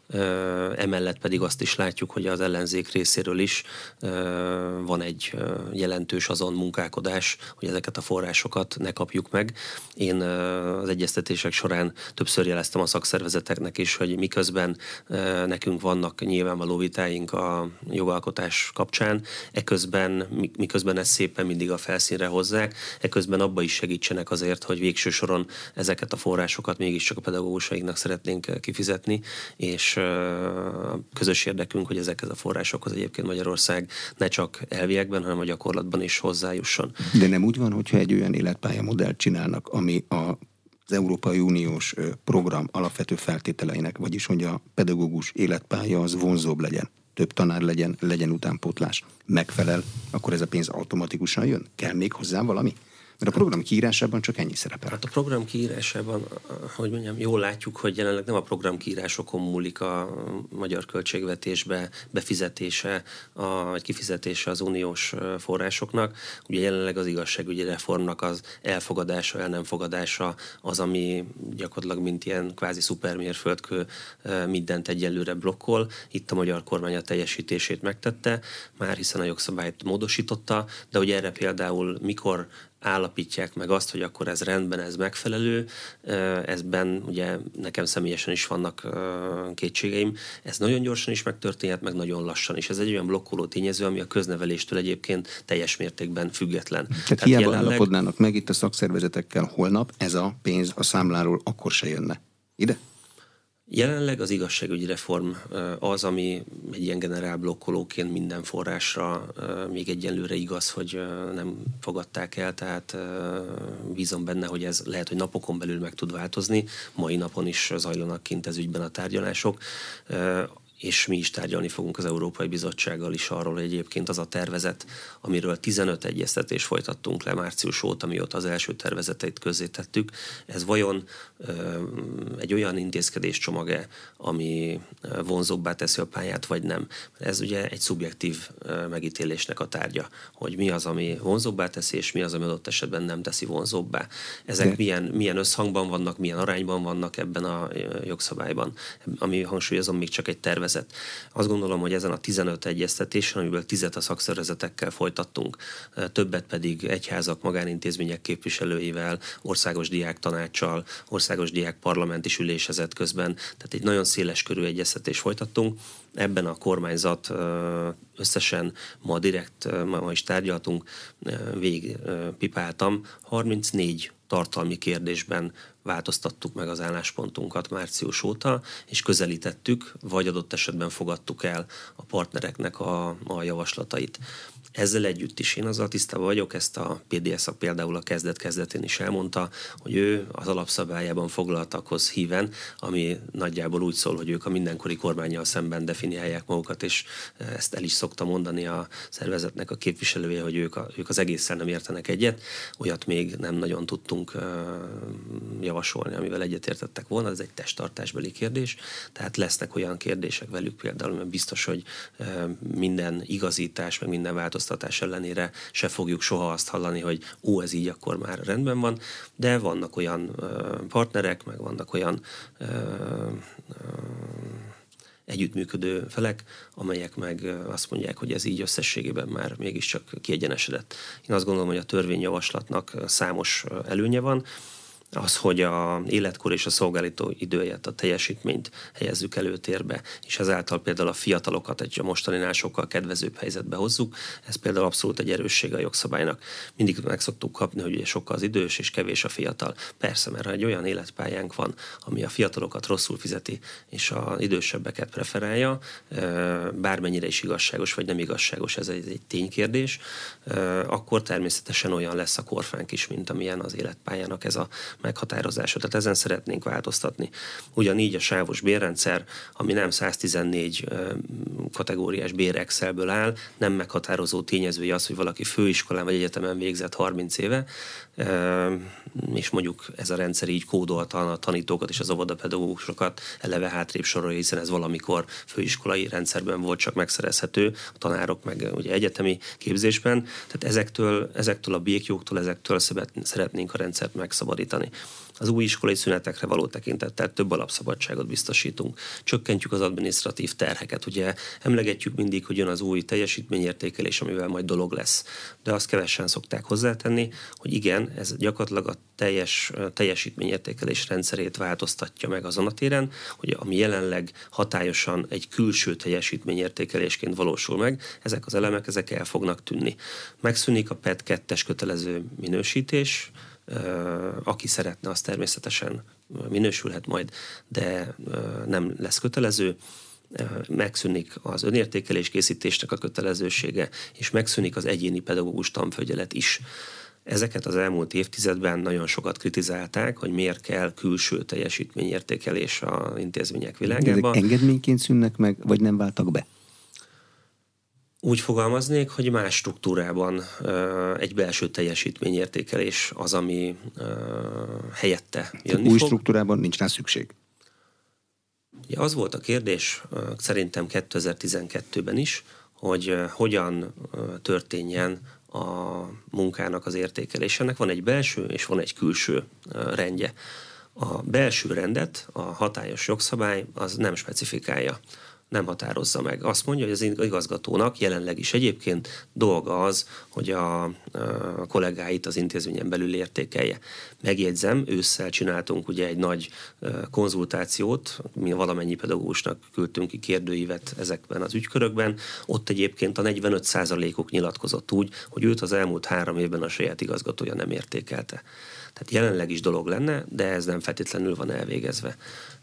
Emellett pedig azt is látjuk, hogy az ellenzék részéről is van egy jelentős azon munkálkodás, hogy ezeket a forrásokat ne kapjuk meg. Én az egyeztetések során többször jeleztem a szakszervezeteknek is, hogy miközben nekünk vannak nyilvánvaló vitáink a jogalkotás kapcsán, miközben ezt szépen mindig a felszínre hozzák, eközben abba is segítsenek azért, hogy végső soron ezeket a forrásokat mégiscsak a pedagógusainknak szeretnénk kifizetni, és közös érdekünk, hogy ezekhez a forrásokhoz egyébként Magyarország ne csak elviekben, hanem a gyakorlatban is hozzájusson. De nem úgy van, hogyha egy olyan életpályamodellt csinálnak, ami az Európai Uniós program alapvető feltételeinek, vagyis hogy a pedagógus életpálya az vonzóbb legyen, több tanár legyen utánpótlás, megfelel, akkor ez a pénz automatikusan jön? Kell még hozzá valami? Mert a program kiírásában csak ennyi szerepel. Hát a program kiírásában, hogy mondjam, jól látjuk, hogy jelenleg nem a program kiírásokon múlik a magyar költségvetésbe befizetése, vagy kifizetése az uniós forrásoknak. Ugye jelenleg az igazságügyi reformnak az elfogadása, el nem fogadása az, ami gyakorlatilag mint ilyen kvázi szupermérföldkő mindent egyelőre blokkol. Itt a magyar kormány a teljesítését megtette, már hiszen a jogszabályt módosította, de hogy erre például mikor állapítják meg azt, hogy akkor ez rendben, ez megfelelő, ezben ugye nekem személyesen is vannak kétségeim. Ez nagyon gyorsan is megtörténhet, meg nagyon lassan is. Ez egy olyan blokkoló tényező, ami a közneveléstől egyébként teljes mértékben független. Tehát hiába állapodnának meg itt a szakszervezetekkel holnap, ez a pénz a számláról akkor se jönne. Ide? Jelenleg az igazságügyi reform az, ami egy ilyen generálblokkolóként minden forrásra még egyenlőre igaz, hogy nem fogadták el, tehát bízom benne, hogy ez lehet, hogy napokon belül meg tud változni. Mai napon is zajlanak kint ez ügyben a tárgyalások, és mi is tárgyalni fogunk az Európai Bizottsággal is arról, hogy egyébként az a tervezet, amiről 15 egyeztetést folytattunk le március óta, mióta az első tervezeteit közzétettük, ez vajon egy olyan intézkedéscsomag-e, ami vonzóbbá teszi a pályát, vagy nem. Ez ugye egy szubjektív megítélésnek a tárgya, hogy mi az, ami vonzóbbá teszi, és mi az, ami adott esetben nem teszi vonzóbbá. Ezek milyen összhangban vannak, milyen arányban vannak ebben a jogszabályban, ami hangsúlyozom még csak egy tervezet. Azt gondolom, hogy ezen a 15 egyeztetésen, amiből 10 a szakszervezetekkel folytattunk, többet pedig egyházak, magánintézmények képviselőivel, országos diáktanáccsal, országos diákparlament is ülésezett közben, tehát egy nagyon széles körű egyeztetést folytattunk. Ebben a kormányzat összesen ma is tárgyaltunk, végigpipáltam, 34 tartalmi kérdésben változtattuk meg az álláspontunkat március óta, és közelítettük, vagy adott esetben fogadtuk el a partnereknek a javaslatait. Ezzel együtt is én azzal tisztában vagyok, ezt a PDS-ak például a kezdet-kezdetén is elmondta, hogy ő az alapszabályában foglaltakhoz híven, ami nagyjából úgy szól, hogy ők a mindenkori kormánnyal szemben definiálják magukat, és ezt el is szokta mondani a szervezetnek a képviselője, hogy ők az egészen nem értenek egyet. Olyat még nem nagyon tudtunk javasolni, amivel egyetértettek volna, ez egy testtartásbeli kérdés, tehát lesznek olyan kérdések velük például, mert biztos, hogy minden igazítás, meg minden változtatás ellenére se fogjuk soha azt hallani, hogy ez így akkor már rendben van, de vannak olyan partnerek, meg vannak olyan együttműködő felek, amelyek meg azt mondják, hogy ez így összességében már mégiscsak kiegyenesedett. Én azt gondolom, hogy a törvényjavaslatnak számos előnye van, az, hogy a életkor és a szolgáltató időjét, a teljesítményt helyezzük előtérbe, és ezáltal például a fiatalokat egy mostaninál sokkal kedvezőbb helyzetbe hozzuk, ez például abszolút egy erőssége a jogszabálynak. Mindig meg szoktuk kapni, hogy sokkal az idős és kevés a fiatal. Persze, mert ha egy olyan életpályánk van, ami a fiatalokat rosszul fizeti, és az idősebbeket preferálja, bármennyire is igazságos vagy nem igazságos, ez egy ténykérdés, akkor természetesen olyan lesz a korfánk is, mint amilyen az életpályának ez a meghatározása. Tehát ezen szeretnénk változtatni. Ugyanígy a sávos bérrendszer, ami nem 114 kategóriás bérexcelből áll, nem meghatározó tényezője az, hogy valaki főiskolán vagy egyetemen végzett 30 éve, és mondjuk ez a rendszer így kódolta a tanítókat és az óvodapedagógusokat eleve hátrébb sorolja, hiszen ez valamikor főiskolai rendszerben volt csak megszerezhető, a tanárok meg ugye egyetemi képzésben. Tehát ezektől a békjogtól, ezektől szeretnénk a rendszert megszabadítani. Az új iskolai szünetekre való tekintettel több alapszabadságot biztosítunk. Csökkentjük az adminisztratív terheket. Ugye emlegetjük mindig, hogy jön az új teljesítményértékelés, amivel majd dolog lesz. De azt kevesen szokták hozzátenni, hogy igen, ez gyakorlatilag a teljes teljesítményértékelés rendszerét változtatja meg azon a téren, hogy ami jelenleg hatályosan egy külső teljesítményértékelésként valósul meg, ezek az elemek ezek el fognak tűnni. Megszűnik a PET 2-es kötelező minősítés, aki szeretne, az természetesen minősülhet majd, de nem lesz kötelező. Megszűnik az önértékelés készítésnek a kötelezősége, és megszűnik az egyéni pedagógus tanfölyelet is. Ezeket az elmúlt évtizedben nagyon sokat kritizálták, hogy miért kell külső teljesítményértékelés az intézmények világában. Ezek engedményként szűnnek meg, vagy nem váltak be? Úgy fogalmaznék, hogy más struktúrában egy belső teljesítményértékelés az, ami helyette jönni új fog. struktúrában nincs rá szükség. Ja, az volt a kérdés, szerintem 2012-ben is, hogy hogyan történjen a munkának az értékelése. Ennek van egy belső és van egy külső rendje. A belső rendet a hatályos jogszabály az nem specifikálja, nem határozza meg. Azt mondja, hogy az igazgatónak jelenleg is egyébként dolga az, hogy a kollégáit az intézményen belül értékelje. Megjegyzem, ősszel csináltunk ugye egy nagy konzultációt, mi valamennyi pedagógusnak küldtünk ki kérdőívet ezekben az ügykörökben. Ott egyébként a 45%-uk nyilatkozott úgy, hogy őt az elmúlt 3 évben a saját igazgatója nem értékelte. Tehát jelenleg is dolog lenne, de ez nem feltétlenül van elvégezve.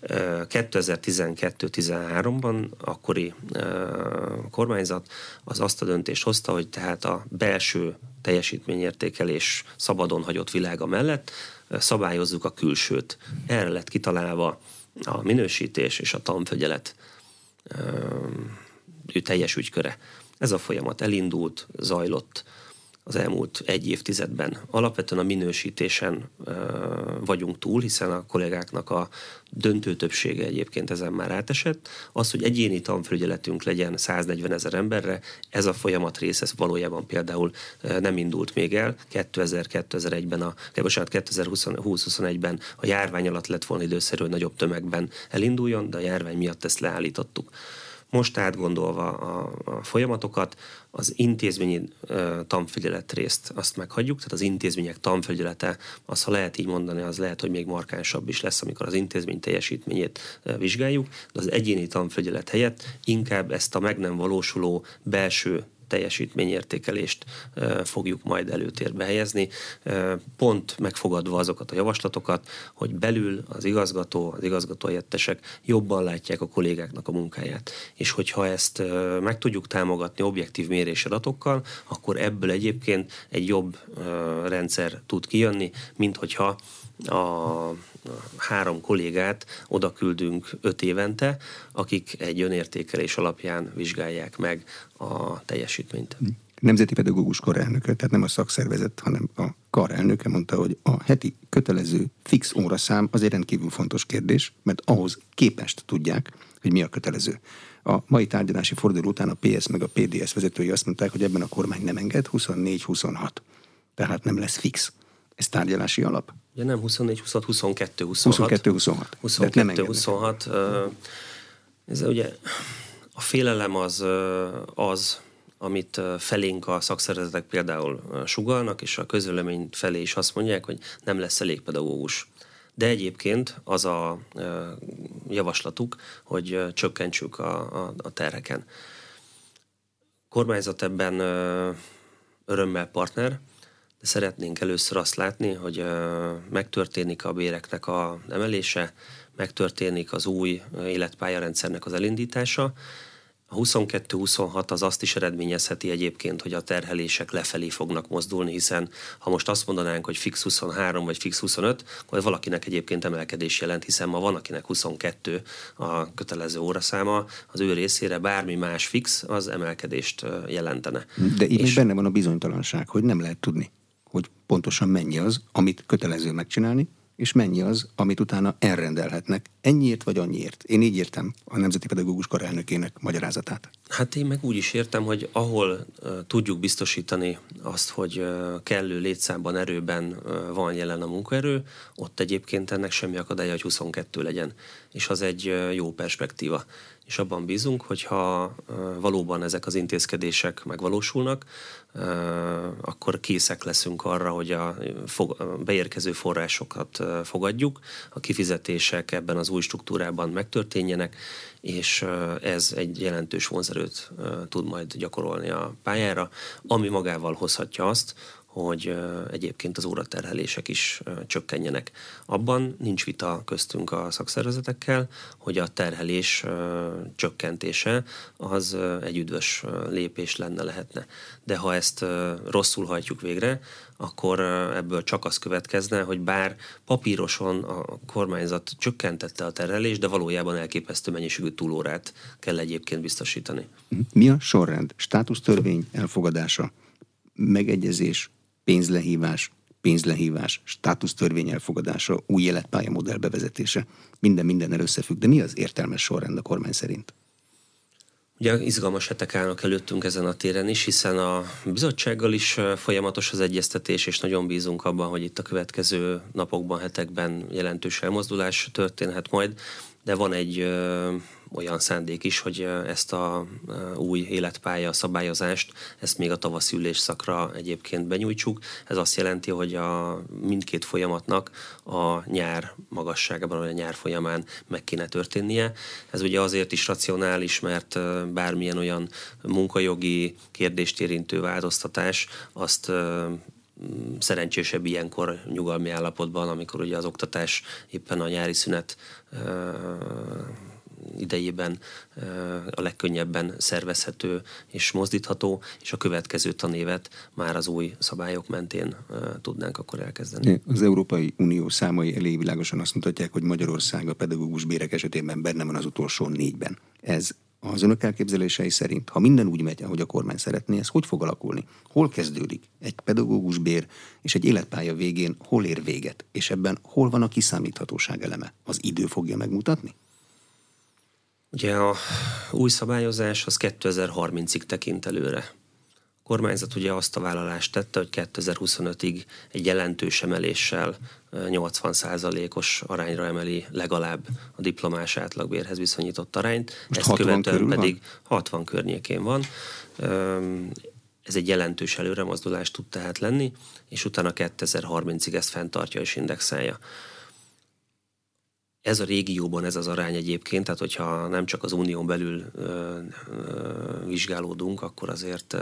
2012-13-ban akkori kormányzat az azt a döntést hozta, hogy tehát a belső teljesítményértékelés szabadon hagyott világa mellett szabályozzuk a külsőt. Erre lett kitalálva a minősítés és a tanfölyelet teljes ügyköre. Ez a folyamat elindult, zajlott az elmúlt 1 évtizedben. Alapvetően a minősítésen vagyunk túl, hiszen a kollégáknak a döntő többsége egyébként ezen már átesett. Az, hogy egyéni tanfelügyeletünk legyen 140 000 emberre, ez a folyamat része, ez valójában például nem indult még el. 2021-ben a járvány alatt lett volna időszerű, hogy nagyobb tömegben elinduljon, de a járvány miatt ezt leállítottuk. Most átgondolva a folyamatokat, az intézményi tanfelügyelet részt azt meghagyjuk, tehát az intézmények tanfelügyelete, azt ha lehet így mondani, az lehet, hogy még markánsabb is lesz, amikor az intézmény teljesítményét vizsgáljuk, de az egyéni tanfelügyelet helyett inkább ezt a meg nem valósuló belső teljesítményértékelést fogjuk majd előtérbe helyezni, pont megfogadva azokat a javaslatokat, hogy belül az igazgatóhelyettesek jobban látják a kollégáknak a munkáját. És hogyha ezt meg tudjuk támogatni objektív mérési adatokkal, akkor ebből egyébként egy jobb rendszer tud kijönni, mint hogyha a 3 kollégát oda küldünk 5 évente, akik egy önértékelés alapján vizsgálják meg a teljesítményt. Nemzeti Pedagógus Karelnöke, tehát nem a szakszervezet, hanem a karelnöke mondta, hogy a heti kötelező fix óraszám az egy rendkívül fontos kérdés, mert ahhoz képest tudják, hogy mi a kötelező. A mai tárgyalási forduló után a PS meg a PDS vezetői azt mondták, hogy ebben a kormány nem enged, 24-26. Tehát nem lesz fix. Ez tárgyalási alap? Ja, nem 24-26, 22-26. 22-26. Ez ugye a félelem az, amit felénk a szakszervezetek például sugallnak, és a közvélemény felé is azt mondják, hogy nem lesz elég pedagógus. De egyébként az a javaslatuk, hogy csökkentsük a terheken. Kormányzat ebben örömmel partner, de szeretnénk először azt látni, hogy megtörténik a béreknek a emelése, megtörténik az új életpályarendszernek az elindítása. A 22-26 az azt is eredményezheti egyébként, hogy a terhelések lefelé fognak mozdulni, hiszen ha most azt mondanánk, hogy fix 23 vagy fix 25, akkor valakinek egyébként emelkedés jelent, hiszen ma van, akinek 22 a kötelező óraszáma, az ő részére bármi más fix, az emelkedést jelentene. De itt még benne van a bizonytalanság, hogy nem lehet tudni, hogy pontosan mennyi az, amit kötelező megcsinálni, és mennyi az, amit utána elrendelhetnek. Ennyiért vagy annyiért. Én így értem a Nemzeti Pedagógus Kar elnökének magyarázatát. Hát én meg úgy is értem, hogy ahol tudjuk biztosítani azt, hogy kellő létszámban, erőben van jelen a munkaerő, ott egyébként ennek semmi akadálya, hogy 22 legyen. És az egy jó perspektíva. És abban bízunk, hogyha valóban ezek az intézkedések megvalósulnak, akkor készek leszünk arra, hogy a beérkező forrásokat fogadjuk, a kifizetések ebben az új struktúrában megtörténjenek, és ez egy jelentős vonzerőt tud majd gyakorolni a pályára, ami magával hozhatja azt, hogy egyébként az óraterhelések is csökkenjenek. Abban nincs vita köztünk a szakszervezetekkel, hogy a terhelés csökkentése az egy üdvös lépés lehetne. De ha ezt rosszul hajtjuk végre, akkor ebből csak az következne, hogy bár papíroson a kormányzat csökkentette a terhelést, de valójában elképesztő mennyiségű túlórát kell egyébként biztosítani. Mi a sorrend? Státusztörvény elfogadása, megegyezés, pénzlehívás, státusztörvény elfogadása, új életpályamodell bevezetése. Minden összefügg, de mi az értelmes sorrend a kormány szerint? Ugye izgalmas hetek állnak előttünk ezen a téren is, hiszen a bizottsággal is folyamatos az egyeztetés, és nagyon bízunk abban, hogy itt a következő napokban, hetekben jelentős elmozdulás történhet majd, de van egy olyan szándék is, hogy ezt a új életpálya szabályozást, ezt még a tavaszi ülésszakra egyébként benyújtsuk. Ez azt jelenti, hogy a mindkét folyamatnak a nyár magasságában, vagy a nyár folyamán meg kéne történnie. Ez ugye azért is racionális, mert bármilyen olyan munkajogi kérdést érintő változtatás, azt szerencsésebb ilyenkor nyugalmi állapotban, amikor ugye az oktatás éppen a nyári szünet idejében a legkönnyebben szervezhető és mozdítható, és a következő tanévet már az új szabályok mentén tudnánk akkor elkezdeni. Az Európai Unió számai elég világosan azt mutatják, hogy Magyarország a pedagógus bérek esetében benne van az utolsó 4-ben. Ez az önök elképzelései szerint, ha minden úgy megy, ahogy a kormány szeretné, ez hogy fog alakulni? Hol kezdődik egy pedagógus bér, és egy életpálya végén hol ér véget? És ebben hol van a kiszámíthatóság eleme? Az idő fogja megmutatni? Ugye a új szabályozás az 2030-ig tekint előre. A kormányzat ugye azt a vállalást tette, hogy 2025-ig egy jelentős emeléssel 80%-os arányra emeli legalább a diplomás átlagbérhez viszonyított arányt. Most ezt követően pedig 60 környékén van. Ez egy jelentős előremozdulást tud tehát lenni, és utána 2030-ig ezt fenntartja és indexálja. Ez a régióban ez az arány egyébként, tehát hogyha nem csak az unión belül vizsgálódunk, akkor azért...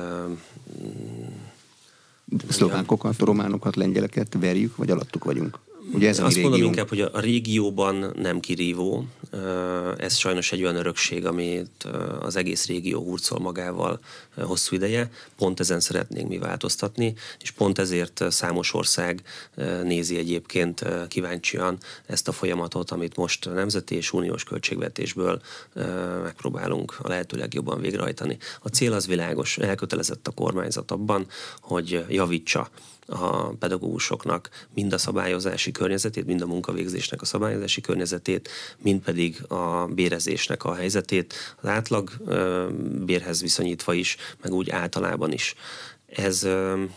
Szlovákokat, románokat, lengyeleket verjük, vagy alattuk vagyunk? Ugye ez azt mondom inkább, hogy a régióban nem kirívó. Ez sajnos egy olyan örökség, amit az egész régió hurcol magával hosszú ideje. Pont ezen szeretnénk mi változtatni, és pont ezért számos ország nézi egyébként kíváncsian ezt a folyamatot, amit most nemzeti és uniós költségvetésből megpróbálunk a lehető legjobban végrehajtani. A cél az világos, elkötelezett a kormányzat abban, hogy javítsa a pedagógusoknak mind a szabályozási környezetét, mind a munkavégzésnek a szabályozási környezetét, mind pedig a bérezésnek a helyzetét, az átlag bérhez viszonyítva is, meg úgy általában is. Ez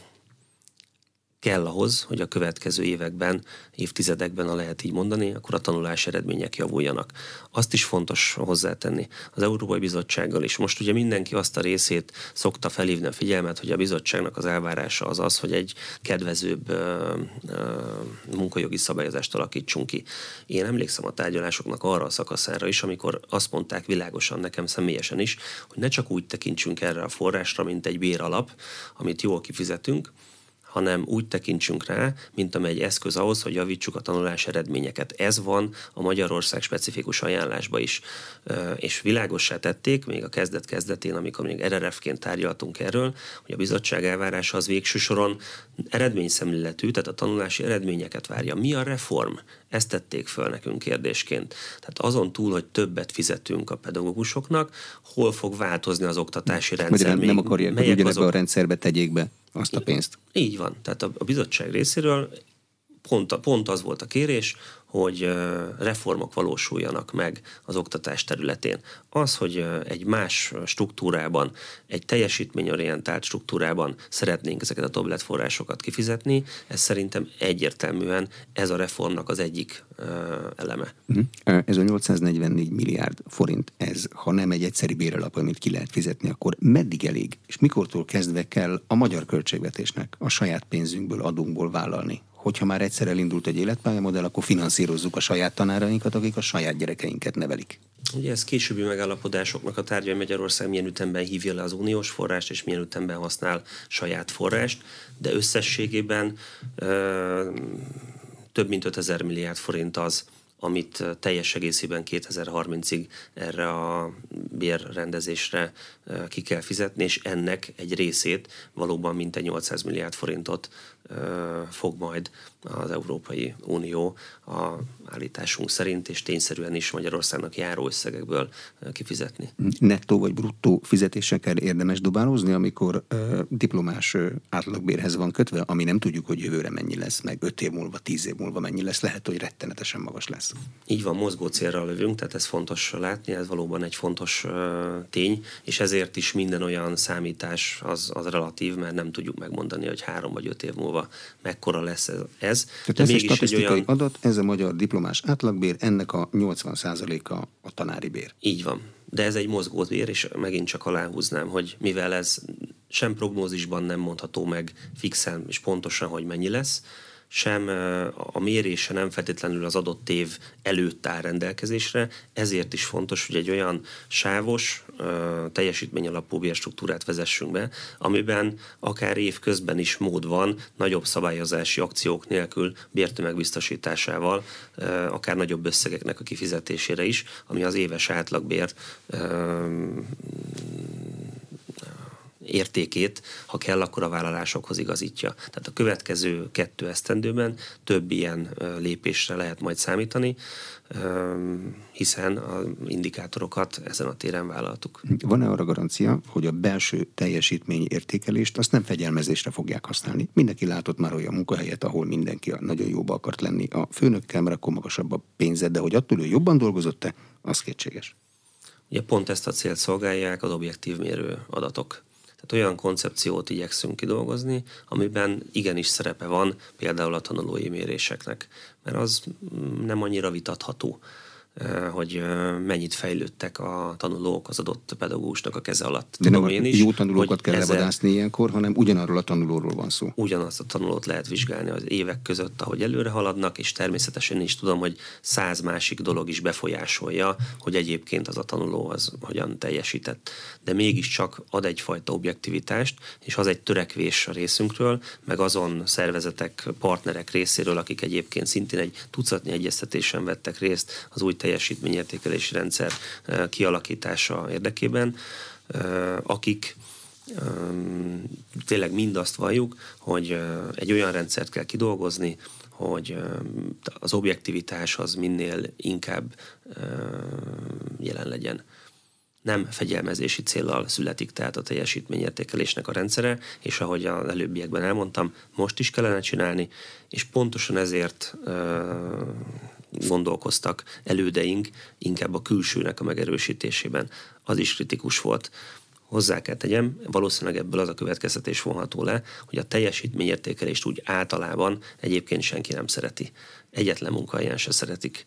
kell ahhoz, hogy a következő években, évtizedekben, ha lehet így mondani, akkor a tanulás eredmények javuljanak. Azt is fontos hozzátenni az Európai Bizottsággal is. Most ugye mindenki azt a részét szokta felhívni a figyelmet, hogy a bizottságnak az elvárása az az, hogy egy kedvezőbb munkajogi szabályozást alakítsunk ki. Én emlékszem a tárgyalásoknak arra a szakaszára is, amikor azt mondták világosan nekem személyesen is, hogy ne csak úgy tekintsünk erre a forrásra, mint egy béralap, amit jól kifizetünk, hanem úgy tekintsünk rá, mint amely egy eszköz ahhoz, hogy javítsuk a tanulás eredményeket. Ez van a Magyarország specifikus ajánlásba is. És világossá tették, még a kezdet-kezdetén, amikor még RRF-ként tárgyaltunk erről, hogy a bizottság elvárása az végső soron eredményszemléletű, tehát a tanulási eredményeket várja. Mi a reform? Ezt tették föl nekünk kérdésként. Tehát azon túl, hogy többet fizetünk a pedagógusoknak, hol fog változni az oktatási rendszer? Nem akarják, hogy ugyanebbe a rendszerbe tegyék be azt a pénzt. Így van. Tehát a bizottság részéről pont az volt a kérés, hogy reformok valósuljanak meg az oktatás területén. Az, hogy egy más struktúrában, egy teljesítményorientált struktúrában szeretnénk ezeket a többletforrásokat kifizetni, ez szerintem egyértelműen ez a reformnak az egyik eleme. Ez a 844 milliárd forint, ez, ha nem egy egyszeri béralap, amit ki lehet fizetni, akkor meddig elég, és mikortól kezdve kell a magyar költségvetésnek a saját pénzünkből, adónkból vállalni? Hogyha már egyszer elindult egy életpályamodell, akkor finanszírozzuk a saját tanárainkat, akik a saját gyerekeinket nevelik. Ugye ez későbbi megállapodásoknak a tárgya, hogy Magyarország milyen ütemben hívja le az uniós forrást, és milyen ütemben használ saját forrást, de összességében több mint 5000 milliárd forint az, amit teljes egészében 2030-ig erre a bérrendezésre ki kell fizetni, és ennek egy részét valóban mintegy 800 milliárd forintot fog majd az Európai Unió a állításunk szerint, és tényszerűen is Magyarországnak járó összegekből kifizetni. Nettó vagy bruttó fizetésekkel érdemes dobálózni, amikor diplomás átlagbérhez van kötve, ami nem tudjuk, hogy jövőre mennyi lesz, meg 5 év múlva, 10 év múlva mennyi lesz, lehet, hogy rettenetesen magas lesz. Így van, mozgó célra lövünk, tehát ez fontos látni, ez valóban egy fontos tény, és ezért is minden olyan számítás az relatív, mert nem tudjuk megmondani, hogy 3 vagy 5 év múlva mekkora lesz ez. Tehát ez a statisztikai adat, ez a magyar diplomás átlagbér, ennek a 80%-a a tanári bér. Így van. De ez egy mozgó bér, és megint csak aláhúznám, hogy mivel ez sem prognózisban nem mondható meg fixen és pontosan, hogy mennyi lesz, sem a mérése nem feltétlenül az adott év előtt áll rendelkezésre, ezért is fontos, hogy egy olyan sávos, teljesítményalapú bérstruktúrát vezessünk be, amiben akár év közben is mód van nagyobb szabályozási akciók nélkül bértömegbiztosításával, akár nagyobb összegeknek a kifizetésére is, ami az éves átlagbér értékét, ha kell, akkor a vállalásokhoz igazítja. Tehát a következő 2 esztendőben több ilyen lépésre lehet majd számítani, hiszen az indikátorokat ezen a téren vállaltuk. Van-e arra garancia, hogy a belső teljesítmény értékelést azt nem fegyelmezésre fogják használni? Mindenki látott már olyan munkahelyet, ahol mindenki nagyon jóba akart lenni a főnökkel, mert akkor magasabb a pénzed, de hogy attól ő jobban dolgozott-e, az kétséges. Ugye pont ezt a célt szolgálják az objektív mérő adatok. Tehát olyan koncepciót igyekszünk kidolgozni, amiben igenis szerepe van például a tanulói méréseknek, mert az nem annyira vitatható, hogy mennyit fejlődtek a tanulók az adott pedagógusnak a keze alatt. De nem jó tanulókat kell levadászni ilyenkor, hanem ugyanarról a tanulóról van szó. Ugyanazt a tanulót lehet vizsgálni az évek között, ahogy előre haladnak, és természetesen is tudom, hogy 100 másik dolog is befolyásolja, hogy egyébként az a tanuló az hogyan teljesített. De mégiscsak ad egyfajta objektivitást, és az egy törekvés a részünkről, meg azon szervezetek, partnerek részéről, akik egyébként szintén egy tucatnyi egyeztetésen vettek részt az új teljesítményértékelési rendszer kialakítása érdekében, akik tényleg mindazt valljuk, hogy egy olyan rendszert kell kidolgozni, hogy az objektivitás az minél inkább jelen legyen. Nem fegyelmezési céllal születik tehát a teljesítményértékelésnek a rendszere, és ahogy az előbbiekben elmondtam, most is kellene csinálni, és pontosan ezért gondolkoztak elődeink inkább a külsőnek a megerősítésében. Az is kritikus volt. Hozzá kell tegyem, valószínűleg ebből az a következtetés vonható le, hogy a teljesítményértékelést úgy általában egyébként senki nem szereti. Egyetlen munkahelyen se szeretik.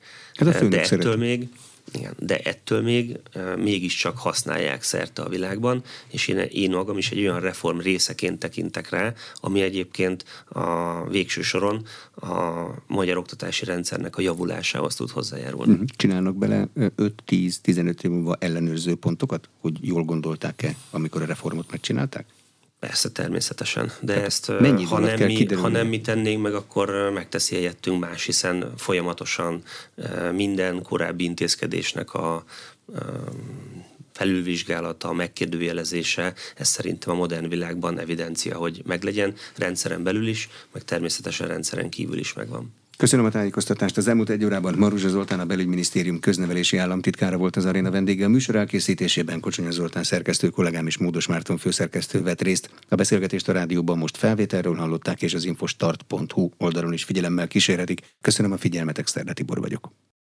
De ettől még mégiscsak használják szerte a világban, és én magam is egy olyan reform részeként tekintek rá, ami egyébként a végső soron a magyar oktatási rendszernek a javulásához tud hozzájárulni. Csinálnak bele 5-10-15 év múlva ellenőrző pontokat, hogy jól gondolták-e, amikor a reformot megcsinálták? Persze, természetesen. De hát ezt, ha nem mi tennénk meg, akkor megteszi helyettünk más, hiszen folyamatosan minden korábbi intézkedésnek a felülvizsgálata, a megkérdőjelezése, ez szerintem a modern világban evidencia, hogy meglegyen rendszeren belül is, meg természetesen rendszeren kívül is megvan. Köszönöm a tájékoztatást. Az elmúlt egy órában Maruzsa Zoltán, a Belügyminisztérium köznevelési államtitkára volt az Aréna vendége. A műsor elkészítésében Kocsonya Zoltán szerkesztő kollégám és Módos Márton főszerkesztő vett részt. A beszélgetést a rádióban most felvételről hallották, és az infostart.hu oldalon is figyelemmel kísérhetik. Köszönöm a figyelmet, Exterde Tibor vagyok.